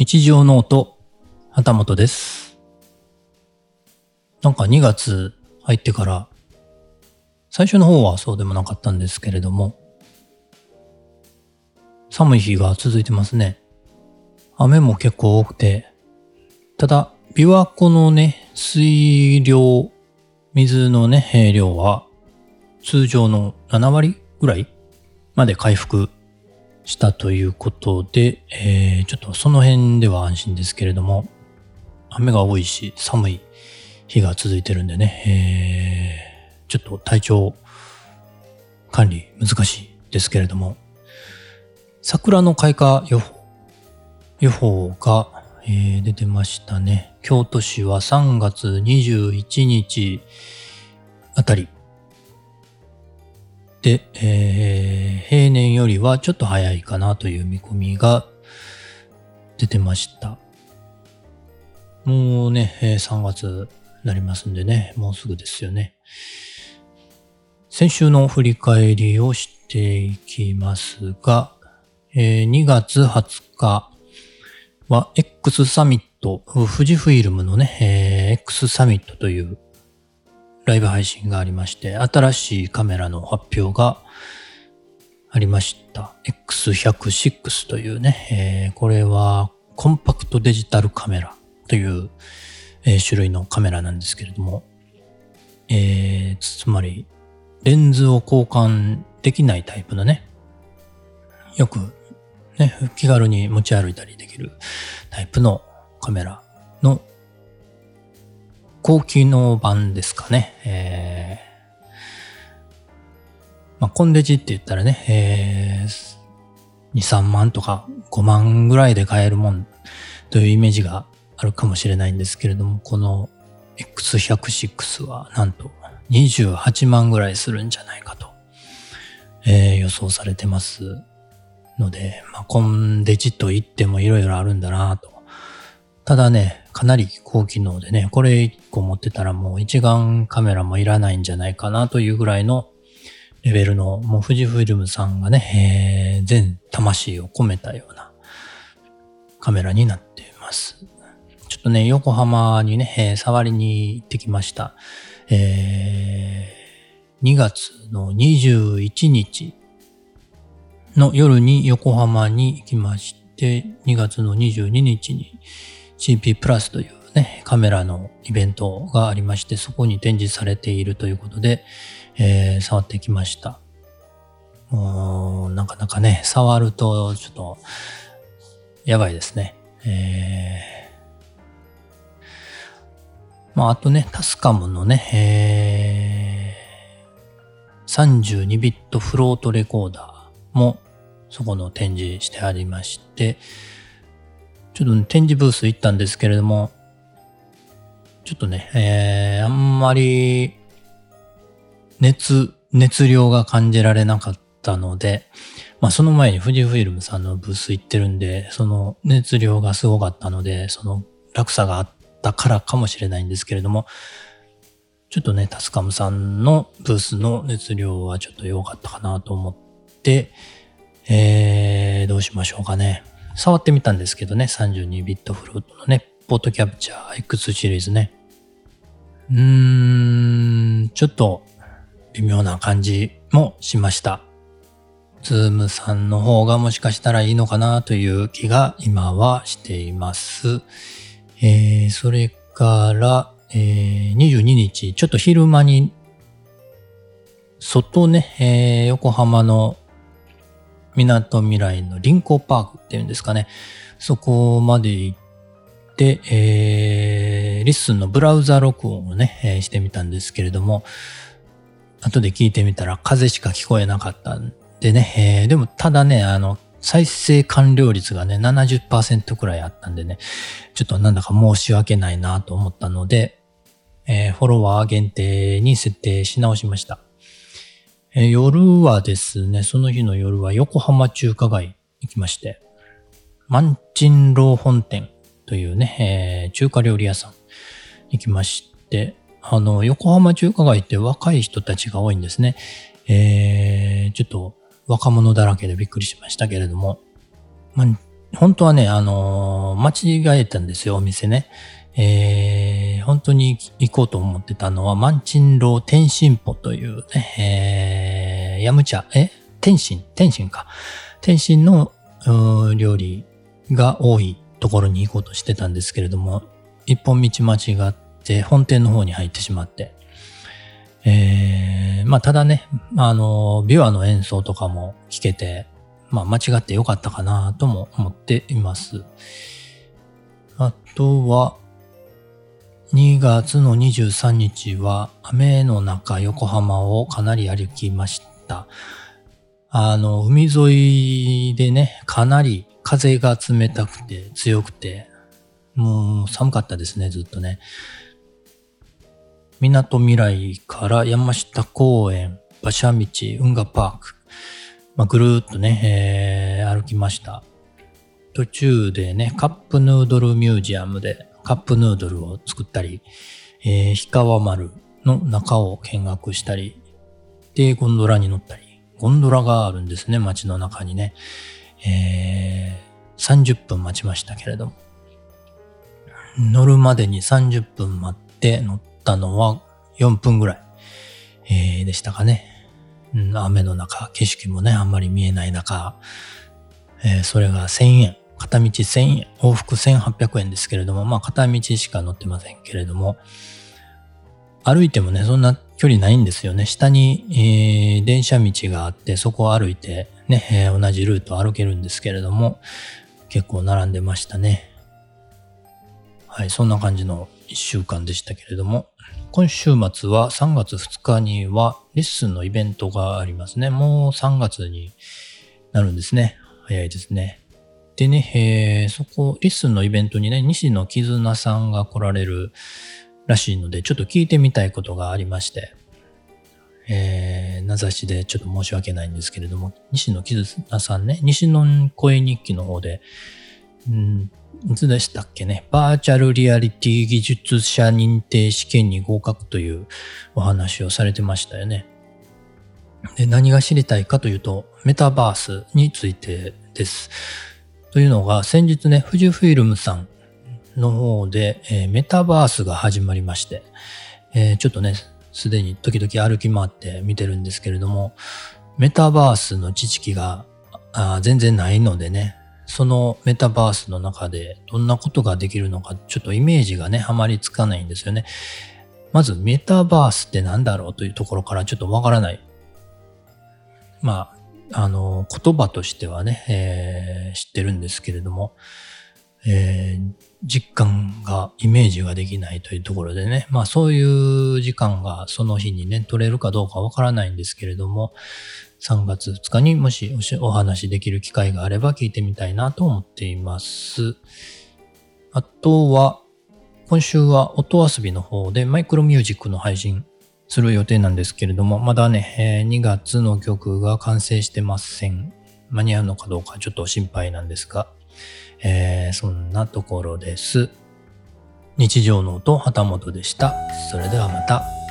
日常ノート、旗本です。なんか2月入ってから、最初の方はそうでもなかったんですけれども、寒い日が続いてますね。雨も結構多くて、ただ、琵琶湖のね、水量、水のね、量は、通常の7割ぐらいまで回復したということで、ちょっとその辺では安心ですけれども、雨が多いし寒い日が続いてるんでね、ちょっと体調管理難しいですけれども、桜の開花予報が、出てましたね。京都市は3月21日あたりで、平年よりはちょっと早いかなという見込みが出てました。もうね、3月になりますんでね、もうすぐですよね。先週の振り返りをしていきますが、2月20日は X サミット、富士フイルムのね、X サミットというライブ配信がありまして、新しいカメラの発表がありました。X100VI というね、これはコンパクトデジタルカメラという、種類のカメラなんですけれども、つまりレンズを交換できないタイプのね、よくね、気軽に持ち歩いたりできるタイプのカメラの高機能版ですかね。コンデジって言ったらね、2、3万とか5万ぐらいで買えるもんというイメージがあるかもしれないんですけれども、この X100VI はなんと28万ぐらいするんじゃないかと、予想されてますので、コンデジと言ってもいろいろあるんだなと。ただね、かなり高機能でね、これ1個持ってたらもう一眼カメラもいらないんじゃないかなというぐらいのレベルの、もう富士フイルムさんがね、全魂を込めたようなカメラになっています。ちょっとね、横浜にね、触りに行ってきました。2月の21日の夜に横浜に行きまして、2月の22日に CP プラスというね、カメラのイベントがありまして、そこに展示されているということで、触ってきました。なかなかね、触るとちょっとやばいですね。あとね、タスカムのね、32ビットフロートレコーダーもそこの展示してありまして、ちょっと、ね、展示ブース行ったんですけれども、ちょっとね、あんまり熱量が感じられなかったので、その前に富士フイルムさんのブース行ってるんで、その熱量がすごかったので、その落差があったからかもしれないんですけれども、ちょっとね、タスカムさんのブースの熱量はちょっと弱かったかなと思って、どうしましょうかね。触ってみたんですけどね、32ビットフロートのね、ポートキャプチャー X シリーズね。ちょっと微妙な感じもしました。ズームさんの方がもしかしたらいいのかなという気が今はしています。それから、22日、ちょっと昼間に外ね、横浜のみなとみらいの臨港パークっていうんですかね。そこまで行って、リッスンのブラウザ録音をね、してみたんですけれども、後で聞いてみたら風しか聞こえなかったんでね、でもただね、再生完了率がね、70% くらいあったんでね、ちょっとなんだか申し訳ないなと思ったので、フォロワー限定に設定し直しました。夜はですね、その日の夜は横浜中華街行きまして、万珍樓本店というね、中華料理屋さん行きまして、横浜中華街って若い人たちが多いんですね。ちょっと若者だらけでびっくりしましたけれども、本当はね、 間違えたんですよ、お店ね。本当に行こうと思ってたのは、万珍樓天津舗というね、ヤムチャ、天津か。天津の料理が多いところに行こうとしてたんですけれども、一本道間違って本店の方に入ってしまって、ただね、ビュアの演奏とかも聞けて、間違ってよかったかなとも思っています。あとは、2月の23日は雨の中横浜をかなり歩きました。海沿いでね、かなり風が冷たくて強くて、もう寒かったですね、ずっとね。港未来から山下公園、馬車道、運河パーク、ぐるーっとね、歩きました。途中でね、カップヌードルミュージアムでカップヌードルを作ったり、氷川丸の中を見学したり、で、ゴンドラに乗ったり、ゴンドラがあるんですね、街の中にね。30分待ちましたけれども。乗るまでに30分待って乗ったのは4分ぐらい、でしたかね。雨の中、景色もね、あんまり見えない中、それが1000円。片道1000円、往復1800円ですけれども、片道しか乗ってませんけれども、歩いてもね、そんな距離ないんですよね。下に、電車道があって、そこを歩いてね、同じルートを歩けるんですけれども、結構並んでましたね。はい、そんな感じの1週間でしたけれども、今週末は3月2日にはレッスンのイベントがありますね。もう3月になるんですね。早いですね。でね、レッスンのイベントにね、西野絆さんが来られるらしいので、ちょっと聞いてみたいことがありまして、名指しでちょっと申し訳ないんですけれども、西野絆さんね、西野声日記の方で、いつでしたっけね、バーチャルリアリティ技術者認定試験に合格というお話をされてましたよね。で、何が知りたいかというと、メタバースについてです。というのが、先日ね、富士フイルムさんの方で、メタバースが始まりまして、ちょっとね、すでに時々歩き回って見てるんですけれども、メタバースの知識が全然ないのでね、そのメタバースの中でどんなことができるのか、ちょっとイメージがね、あまりつかないんですよね。まず、メタバースって何だろうというところからちょっとわからない。言葉としてはね、知ってるんですけれども、実感が、イメージができないというところでね、そういう時間がその日にね、取れるかどうかわからないんですけれども、3月2日にもしお話できる機会があれば聞いてみたいなと思っています。あとは、今週は音遊びの方でマイクロミュージックの配信する予定なんですけれども、まだね、2月の曲が完成してません。間に合うのかどうかちょっと心配なんですが、そんなところです。日常の音、旗本でした。それではまた。